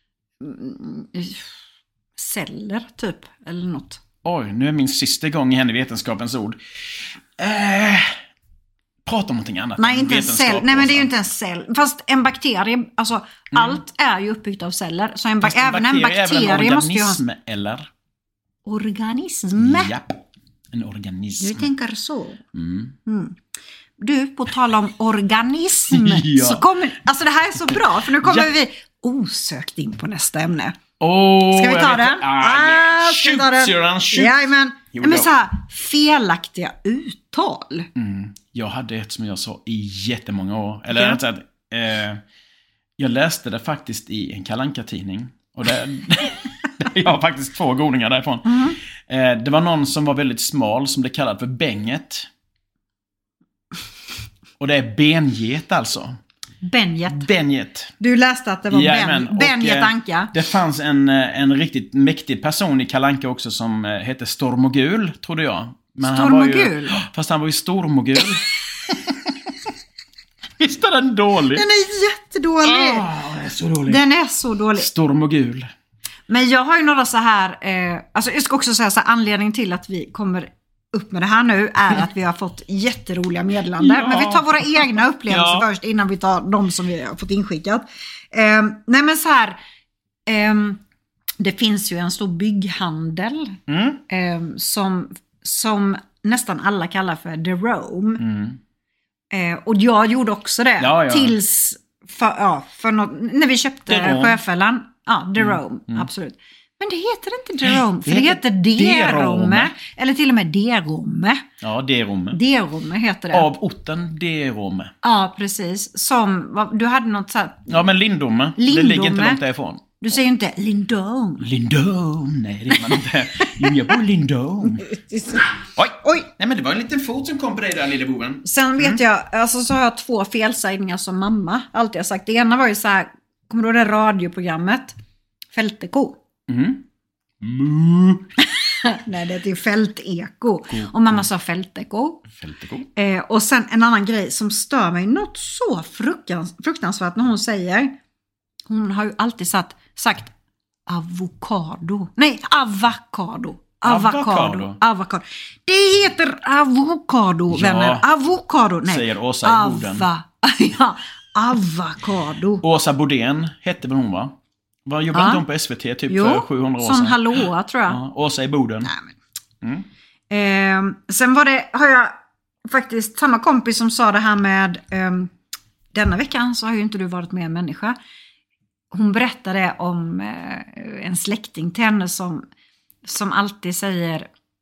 celler typ, eller något. Oj, nu är min sista gång i henne vetenskapens ord. Eh, prata om någonting annat. Nej, inte en cell. Nej, men det är ju inte en cell. Fast en bakterie, alltså mm. allt är ju uppbyggt av celler. Så en ba- en även en bakterie, bakterie är väl en måste ju ha... organism, eller? Organism? Japp, en organism. Du tänker så. Mm. Mm. Du, på tal om organism, ja. så kommer... Alltså det här är så bra, för nu kommer ja. vi osökt in på nästa ämne. Oh, ska vi ta den? Ah, yeah. ah, ska vi ta den? Shoot, shoot. Jajamän. Men så här, felaktiga uttal. Mm. Jag hade ett som jag sa i jättemånga år. Eller ja. rätt sagt, eh, jag läste det faktiskt i en Kalle Anka-tidning. Och det, jag har faktiskt två godingar därifrån. Mm. Eh, det var någon som var väldigt smal, som det kallade för bänget. Och det är benget alltså. Benget. Benget. Du läste att det var Jajamän. ben, Benget och, Anka. Det fanns en, en riktigt mäktig person i Kalle Anka också som hette Stormogul, trodde jag. Men Stormogul? Han var ju, fast han var ju Stormogul. Visst är den dålig? Den är jättedålig. Oh, den är så dålig. Den är så dålig. Stormogul. Men jag har ju några så här... Eh, alltså jag ska också säga så här, anledningen till att vi kommer upp med det här nu är att vi har fått jätteroliga meddelanden. Ja. Men vi tar våra egna upplevelser ja. först innan vi tar de som vi har fått inskickat. Eh, nej men så här... Eh, det finns ju en stor bygghandel mm. eh, som, som nästan alla kallar för The Rome. Mm. Eh, och jag gjorde också det. Ja, ja. Tills för, ja, för något, när vi köpte Sjöfällan. Ja, The mm. Rome, mm. absolut. Men det heter inte Jerome, för det, det heter Derome. Eller till och med Derome. Ja, Derome. Derome heter det. Av orten Derome. Ja, precis. Som, du hade något så här... Ja, men Lindome. Lindome. Det ligger inte långt därifrån. Du säger ju inte Lindome. Lindome, nej det är man inte. Jag bor i Lindome. Oj, oj. Nej men det var en liten fot som kom på dig där, lille boven. Sen vet mm. jag, alltså så har jag två felsägningar som mamma alltid har sagt. Det ena var ju så här, kommer du ihåg det radioprogrammet? Fälteko. Mm. Mm. Nej, det är ju fälteko. Mm. Och mamma sa fälteko. Fälteko. Eh, och sen en annan grej som stör mig något så fruktans- fruktansvärt när hon säger, hon har ju alltid sagt, sagt avokado. Nej, avokado. Avokado. Avokado. Det heter avokado, ja. vänner. Avokado. Nej. Säger Åsa i Boden. Ava- ja, avokado. Åsa Bodén hette väl hon, va? Vad jobbade ja. inte hon på S V T typ jo, för sjuhundra år sedan? Som hallå, tror jag. Ja, Åsa i Boden. Nej, men. Mm. Eh, sen var det, har jag faktiskt samma kompis som sa det här med eh, denna veckan så har ju inte du varit med en människa. Hon berättade om eh, en släkting till henne som, som alltid säger,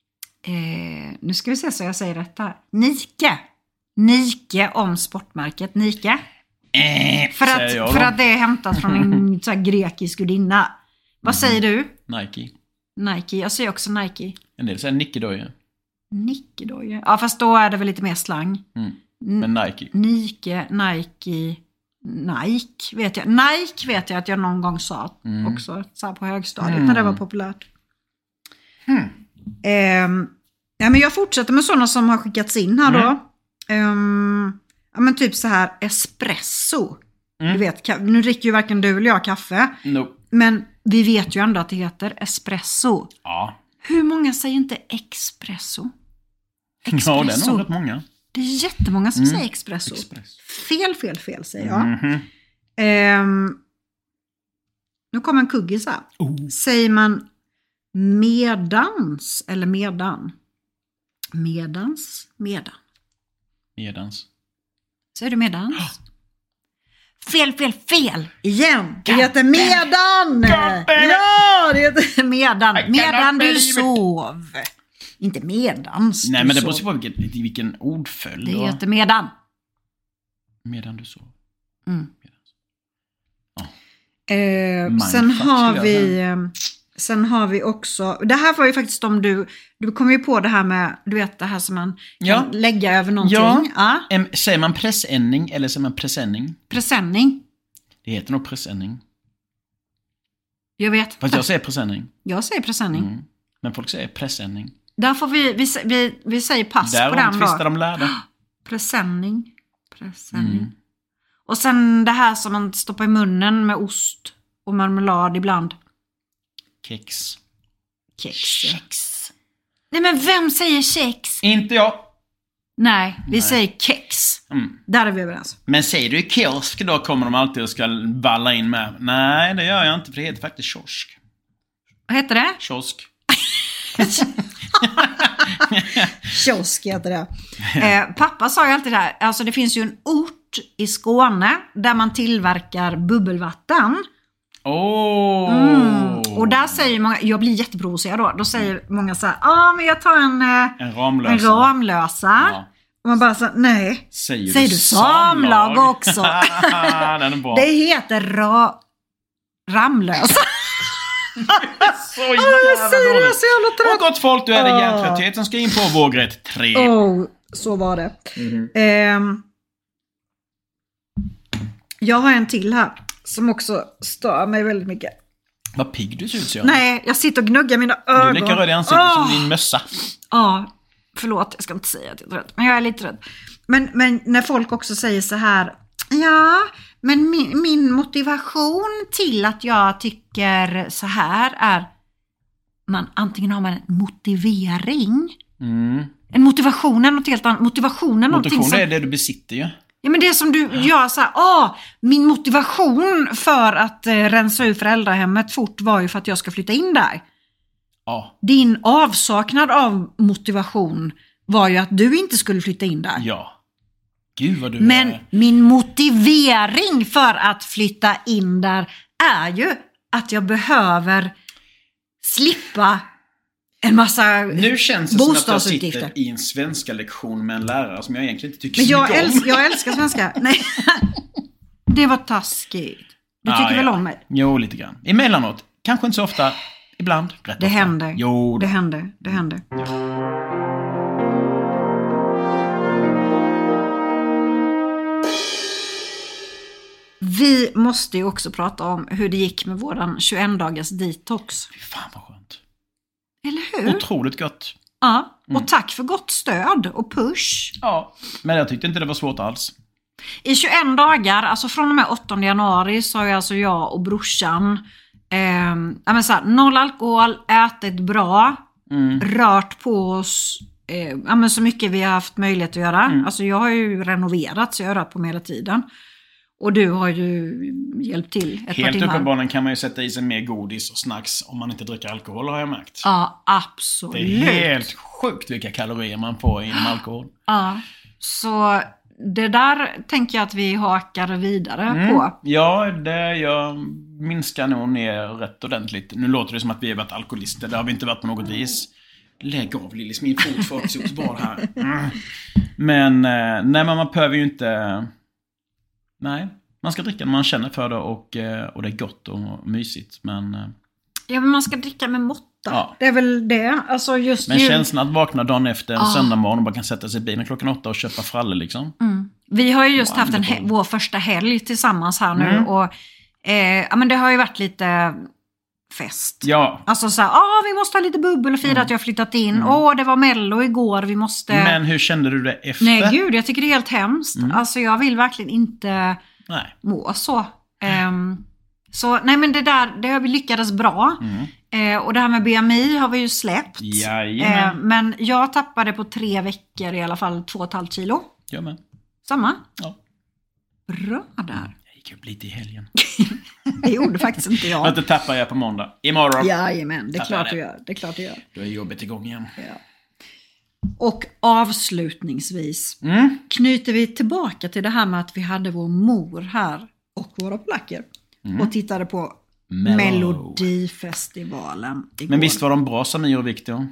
eh, nu ska vi se så jag säger detta, Nike. Nike om sportmärket Nike. Eh, för, att, för att det är hämtat från en så här grekisk gudinna. Vad säger du? Nike. Nike, jag säger också Nike. En del säger Nickedoje. Nickedoje? Ja, fast då är det väl lite mer slang. Mm. Men Nike. Nike, Nike, Nike vet jag. Nike vet jag att jag någon gång sa mm. också så här på högstadiet mm. när det var populärt. Mm. Um, ja, men jag fortsätter med sådana som har skickats in här mm. då. Um, ja, men typ så här espresso. Mm. Du vet, nu dricker ju varken du eller jag kaffe. No. Men vi vet ju ändå att det heter espresso. Ja. Hur många säger inte espresso? Espresso. Ja, det är nog rätt många. Det är jättemånga som mm. säger espresso. Express. Fel, fel, fel säger jag. Mm-hmm. Um, nu kommer en kuggis här. Oh. Säger man medans eller medan? Medans, medan. Medans. Säger du medans? Oh. Fel, fel, fel. Igen. Det heter medan. Ja, det heter medan. Medan du sov. Inte medans. Nej, men det beror på vilken, vilken ordföljd. Det heter medan. Medan du sov. Mm. Ja. Eh, sen har vi... Sen har vi också... Det här var ju faktiskt om du... Du kom ju på det här med... Du vet det här som man ja. kan lägga över någonting. Ja. Ja. Äm, säger man pressändning eller säger man presenning? Presenning. Det heter nog presenning. Jag vet. Fast jag säger presenning. Jag säger presenning. Mm. Men folk säger presenning. Där får vi... Vi, vi, vi säger pass där på den då. Där de lärde. Presenning. Presenning. Mm. Och sen det här som man stoppar i munnen med ost och marmelad ibland. Kex. Kex. Kex. Nej, men vem säger kex? Inte jag. Nej, vi Nej. säger kex. Mm. Där är vi överens. Men säger du kiosk, då kommer de alltid och ska valla in med. Nej, det gör jag inte, för det heter faktiskt kiosk. Vad heter det? Kiosk. Kiosk heter det. Eh, pappa sa ju alltid det här. Alltså det finns ju en ort i Skåne där man tillverkar bubbelvatten. Oh. Mm. Och där säger många, jag blir jätteprovocerad då. Då säger många så här, ja ah, men jag tar en, en Ramlösa. En Ramlösa. Ja. Och man bara så, nej. Säger, säger du samlag, samlag också? Den är bra. Det heter ra, Ramlösa. Så jävla dåligt. Och gott folk, du är det oh. hjärntrötthet som ska in på vågrätt tre. Oh, så var det. Mm-hmm. Um, jag har en till här som också stör mig väldigt mycket. Vad pigg du ser ut, så jag. Nej, jag sitter och gnuggar mina ögon. Du är lika röd i ansiktet oh. som din mössa. Ja, oh. Förlåt, jag ska inte säga att jag är trött. Men jag är lite rädd. Men, men när folk också säger så här, ja, men min, min motivation till att jag tycker så här är, man, antingen har man en motivering. Mm. En motivation är något helt annat. Motivationen Motivation som, är det du besitter ju. Ja, men det som du gör så här, ah, min motivation för att eh, rensa ur föräldrahemmet fort var ju för att jag ska flytta in där. Ja. Din avsaknad av motivation var ju att du inte skulle flytta in där. Ja. Gud vad du Men är. min motivering för att flytta in där är ju att jag behöver slippa en massa Nu känns det som att jag bostadsutgifter. sitter i en svenska lektion med en lärare som jag egentligen inte tycker Men så jag, mycket älsk, om. jag älskar svenska. Nej. Det var taskigt. Du tycker Ah, väl ja. om mig? Jo, lite grann. Emellanåt. Kanske inte så ofta. Ibland. Rätt Det ofta. händer. Jo, Det händer. Det händer. Vi måste ju också prata om hur det gick med våran tjugoett dagars detox. Fy fan vad skönt. Eller hur? Otroligt gott. Ja, och tack för gott stöd och push. Ja, men jag tyckte inte det var svårt alls. I tjugoett dagar, alltså från och med åttonde januari, så har jag, alltså jag och brorsan eh, ja, men så här, noll alkohol, ätit bra, Mm. rört på oss eh, ja, men så mycket vi har haft möjlighet att göra. Mm. Alltså jag har ju renoverat, så jag har rört på mig hela tiden. Och du har ju hjälpt till ett par Helt timmar. uppenbarligen kan man ju sätta i sig mer godis och snacks om man inte dricker alkohol, har jag märkt. Ja, absolut. Det är helt sjukt vilka kalorier man får inom alkohol. Ja, så det där tänker jag att vi hakar vidare Mm. på. Ja, det jag minskar nog ner rätt ordentligt. Nu låter det som att vi har varit alkoholister. Det har vi inte varit på något vis. Lägg av, Lillis, min fot får också bara här. Mm. Men eh, nej, men man behöver ju inte... Nej, man ska dricka när man känner för det och, eh, och det är gott och mysigt. Men, eh, Ja, men man ska dricka med måtta. Ja. Det är väl det. Alltså just men ju... känslan att vakna dagen efter en Ah. söndag morgon och bara kan sätta sig i bilen klockan åtta och köpa fralle liksom. Mm. Vi har ju just Wow, haft en det he- var- vår första helg tillsammans här nu. Mm. Och eh, ja, men det har ju varit lite fest. Ja, Alltså så här, ah, vi måste ha lite bubbel och fira att jag har flyttat in. Åh, det var mello igår, vi måste... men hur kände du det efter? Nej, gud, jag tycker det är helt hemskt. Alltså jag vill verkligen inte Nej. må så. Ehm, så nej, men det där, det har vi lyckades bra. Eh, och det här med B M I har vi ju släppt. Jajamän. Eh, men jag tappade på tre veckor i alla fall två och ett halvt kilo. Jag med. Samma. Ja. Bra där. Jag gick upp lite i helgen. Det gjorde faktiskt inte Jag jag. inte tappar jag på måndag. Imorgon. Jajamän, det är Tappar klart det. du gör. Det är klart du gör. Då är jobbet igång igen. Ja. Och avslutningsvis Mm. knyter vi tillbaka till det här med att vi hade vår mor här och våra polacker och tittade på Mello. Melodifestivalen igår. Men visst var de bra, Samir och Viktor?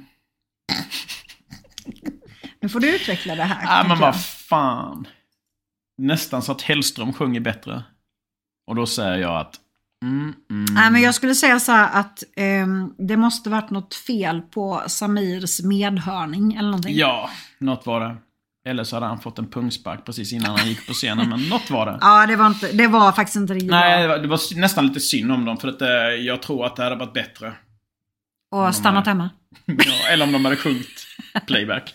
Nu får du utveckla det här. Ja, men tänker jag. vad fan. Nästan så att Hellström sjunger bättre. Och då säger jag att... Mm, mm. Nej, men jag skulle säga så här att ehm, det måste varit något fel på Samirs medhörning eller någonting. Ja, något var det. Eller så hade han fått en pungspark precis innan han gick på scenen. Men något var det. Ja, det var, inte, det var faktiskt inte riktigt Nej, det bra. var, det var nästan lite synd om dem. För att eh, jag tror att det hade varit bättre. Och stannat hemma. Ja, eller om de hade sjungit playback.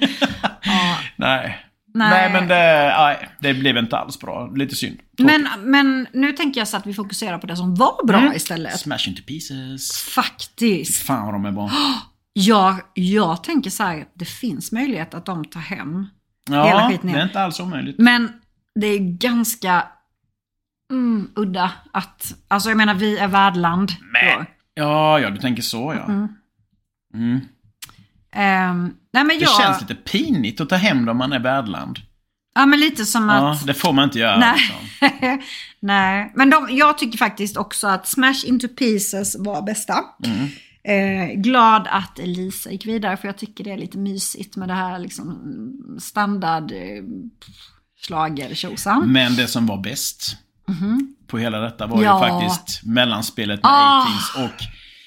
Ja. Nej. Nej. Nej, men det, nej, det blev inte alls bra. Lite synd. Men, men nu tänker jag så att vi fokuserar på det som var bra Mm. istället. Smash into pieces. Faktiskt. Fan vad de är bra. Jag, jag tänker så här, det finns möjlighet att de tar hem hela Ja, skiten det är ner. inte alls omöjligt. Men det är ganska mm, udda att, alltså jag menar vi är värdland. Men- då. Ja, ja, du tänker så, ja. Mm. Mm. Ehm, nej men Det jag, känns lite pinigt att ta hem dem om man är värdland. ja men lite som Ja, att, det får man inte göra. nej, Liksom. nej, men de, jag tycker faktiskt också att Smash into pieces var bästa. Mm. Eh, glad att Elisa gick vidare, för jag tycker det är lite mysigt med det här liksom standard eh, schlagertjosan. Men det som var bäst på hela detta var Ja. ju faktiskt mellanspelet med Ah. A-Teens och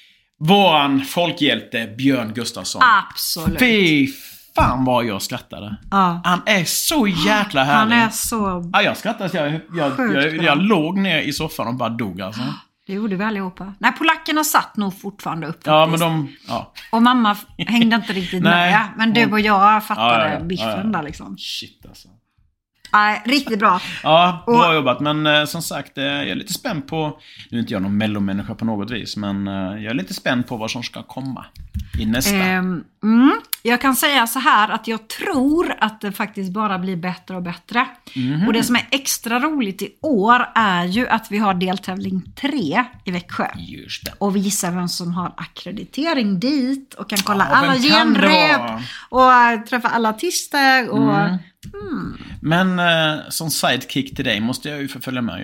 våran folkhjälte Björn Gustafsson. Absolut. Fy fan vad jag skrattade. Ja. Han är så jäkla härlig. Han är så... Ja, jag skrattade så jag, jag, Sjukt jag, bra. jag låg ner i soffan och bara dog alltså. Det gjorde vi allihopa. Nej, polackerna satt nog fortfarande upp Ja, faktiskt. men de... Ja. Och mamma hängde inte riktigt Nej. med. Men du och jag fattade Ja, ja, ja. biffen Ja, ja. där liksom. Shit alltså. Nej, riktigt bra. Ja, bra Och- jobbat. Men eh, som sagt, eh, jag är lite spänd på... Nu är inte jag någon mellomänniska på något vis, men eh, jag är lite spänd på vad som ska komma i nästa. Ehm, mm, jag kan säga så här att jag tror att det faktiskt bara blir bättre och bättre. Mhm. Och det som är extra roligt i år är ju att vi har deltävling tre i Växjö. Just det. Och vi gissar vem som har akkreditering dit och kan kolla Ja, alla vem kan det genrep vara? och äh, träffa alla artister. Och... Mm. Men eh, som sidekick till dig måste jag ju få följa med ju.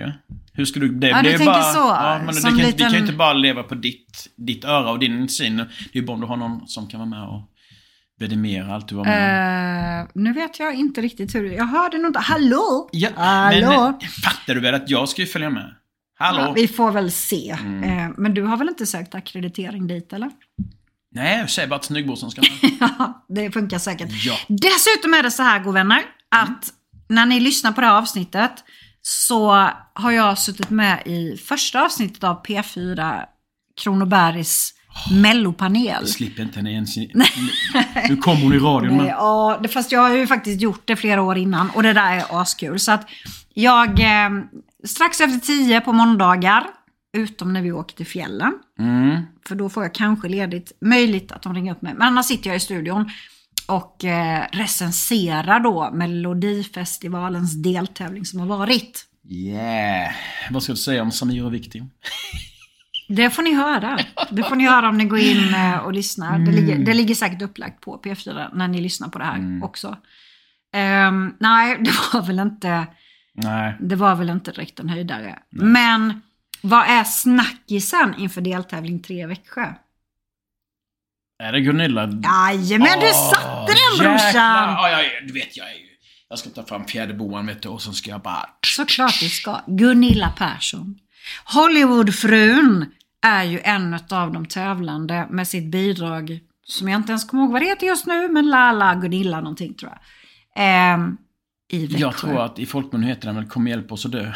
Hur ska du... Det, ja, det du är tänker bara, så. Ja, men som det kan, liten... vi kan ju inte bara leva på ditt, ditt öra och din syn. Det är ju bara om du har någon som kan vara med och bedimera allt du var med. Uh, nu vet jag inte riktigt hur... Jag hörde nog inte... Hallå? Ja, Hallå? Men fattar du väl att jag ska ju följa med? Hallå? Ja, vi får väl se. Mm. Uh, men du har väl inte sökt akkreditering dit, eller? Nej, jag säger bara att snyggbossen ska med. Ja, det funkar säkert. Ja. Dessutom är det så här, god vänner, att mm. när ni lyssnar på det här avsnittet så har jag suttit med i första avsnittet av P fyra Kronobergs oh, mellopanel. Jag slipper inte henne ens. Nu kommer hon i radion. Nej, ja, det, fast jag har ju faktiskt gjort det flera år innan och det där är askul. Så att jag eh, strax efter tio på måndagar, utom när vi åker till fjällen. Mm. För då får jag kanske ledigt. Möjligt att de ringer upp mig. Men annars sitter jag i studion och eh, recenserar då Melodifestivalens deltävling som har varit. Yeah. Vad ska du säga om Samir och Victor? Det får ni höra. Det får ni höra om ni går in eh, och lyssnar. Mm. Det, ligger, det ligger säkert upplagt på P fyra när ni lyssnar på det här mm. också. Um, nej, det var väl inte... Nej. Det var väl inte direkt en höjdare. Nej. Men... Vad är snackisen inför deltävling tre Växjö? Är det Gunilla? Jajamän, oh, du satte den, brorsan! Ja, ja, du vet, jag är ju... Jag ska ta fram fjäderboan, vet du, och så ska jag bara... Såklart det ska. Gunilla Persson. Hollywoodfrun är ju en av de tävlande med sitt bidrag, som jag inte ens kommer ihåg vad det heter just nu, men Lala Gunilla någonting, tror jag. Ehm, i Växjö. Jag tror att i folkmun heter den väl Kom hjälp oss och dö.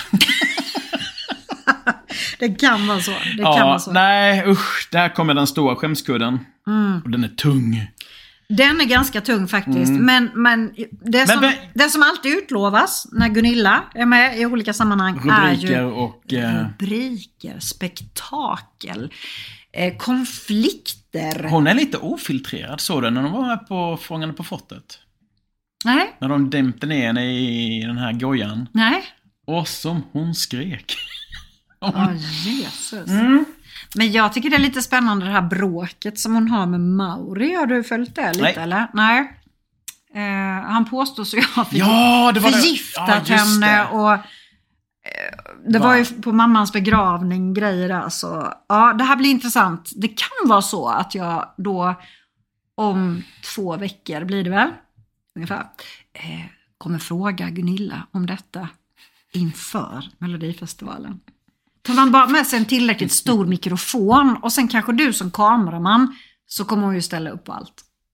Det kan vara så. Det ja, kan vara så. Nej, usch. Där kommer den stora skämskudden. Mm. Och den är tung. Den är ganska tung faktiskt. Mm. Men, men, det, som, men det som alltid utlovas när Gunilla är med i olika sammanhang rubriker är ju och, eh... rubriker, spektakel, eh, konflikter. Hon är lite ofiltrerad, så det när de var med på Fångarna på fortet. Nej. När de dämpte ner henne i den här gojan. Nej. Och som hon skrek. Åh, oh, Jesus. Mm. Men jag tycker det är lite spännande det här bråket som hon har med Mauri. Har du följt det lite? Nej. Eller? Nej. Eh, han påstår så jag har ja, det var förgiftat det. Ja, henne. det. Och, eh, det Va? var ju på mammans begravning grejer. Alltså. Ja, det här blir intressant. Det kan vara så att jag då om två veckor blir det väl ungefär eh, kommer fråga Gunilla om detta inför Melodifestivalen. Tar man bara med sig en tillräckligt stor mikrofon och sen kanske du som kameraman, så kommer hon ju ställa upp på allt.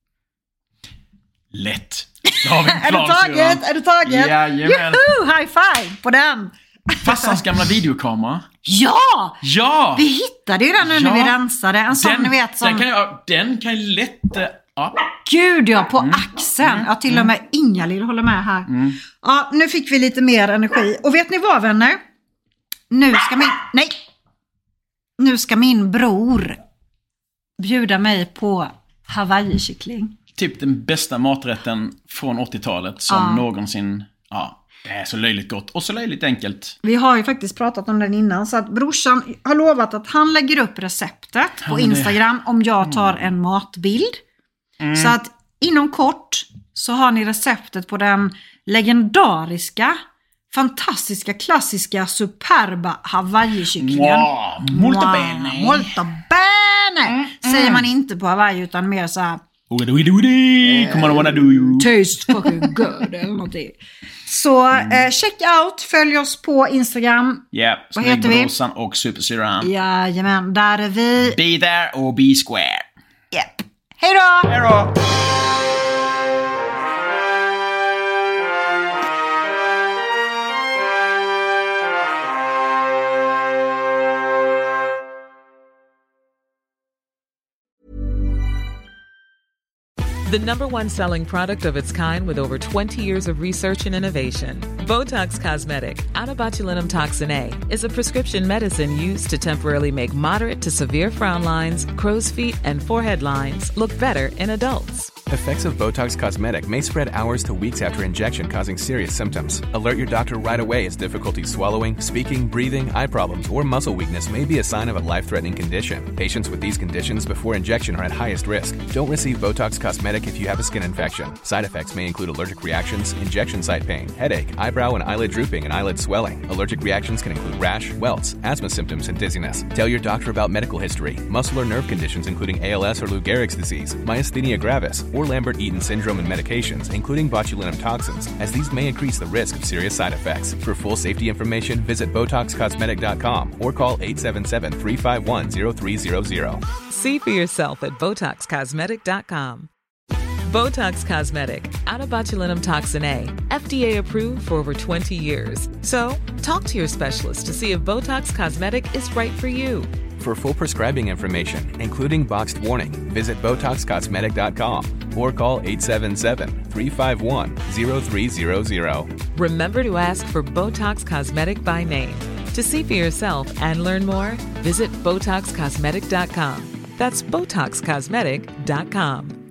Lätt. Har vi en plan, är du taget? Är du taget? Jajamän. Juhu, high five på den. Farsans gamla videokamera. Ja! Ja! Vi hittade ju den nu ja. när vi rensade. En sån, den, ni vet, som... den kan jag, den kan jag lätt... Ja. Gud, ja, på mm. axeln. Mm. Ja, till och med mm. Inga-Lill håller med här. Mm. Ja, nu fick vi lite mer energi. Och vet ni vad, vänner? Nu ska min... Nej! Nu ska min bror bjuda mig på Hawaii-kyckling. Typ den bästa maträtten från åttiotalet som ja. någonsin... Ja, det är så löjligt gott och så löjligt enkelt. Vi har ju faktiskt pratat om den innan, så att brorsan har lovat att han lägger upp receptet på Instagram om jag tar en matbild. Mm. Så att inom kort så har ni receptet på den legendariska, fantastiska, klassiska, superba Hawaii-kycklingen. Wow, molto bene. Wow, molto bene. Mm, mm. Säger man inte på Hawaii utan mer så här... Come on, wanna do you. Taste fucking good eller någonting. Så mm. eh, check out, följ oss på Instagram. Ja, yeah, vad heter vi? Brorsan och Supersyran. Jajamän, där är vi. Be there or be square. Yep. Hej då! Hej då! The number one selling product of its kind with over twenty years of research and innovation. Botox Cosmetic, out of botulinum toxin A, is a prescription medicine used to temporarily make moderate to severe frown lines, crow's feet, and forehead lines look better in adults. Effects of Botox Cosmetic may spread hours to weeks after injection, causing serious symptoms. Alert your doctor right away as difficulty swallowing, speaking, breathing, eye problems, or muscle weakness may be a sign of a life-threatening condition. Patients with these conditions before injection are at highest risk. Don't receive Botox Cosmetic if you have a skin infection. Side effects may include allergic reactions, injection site pain, headache, eyebrow and eyelid drooping, and eyelid swelling. Allergic reactions can include rash, welts, asthma symptoms, and dizziness. Tell your doctor about medical history, muscle or nerve conditions including A L S or Lou Gehrig's disease, myasthenia gravis, or Lambert-Eaton syndrome, and medications, including botulinum toxins, as these may increase the risk of serious side effects. For full safety information, visit Botox Cosmetic dot com or call eight seven seven, three five one, zero three zero zero. See for yourself at Botox Cosmetic dot com. Botox Cosmetic, out of botulinum toxin A, F D A approved for over twenty years. So, talk to your specialist to see if Botox Cosmetic is right for you. For full prescribing information, including boxed warning, visit Botox Cosmetic dot com or call eight seven seven, three five one, zero three zero zero. Remember to ask for Botox Cosmetic by name. To see for yourself and learn more, visit Botox Cosmetic dot com. That's Botox Cosmetic dot com.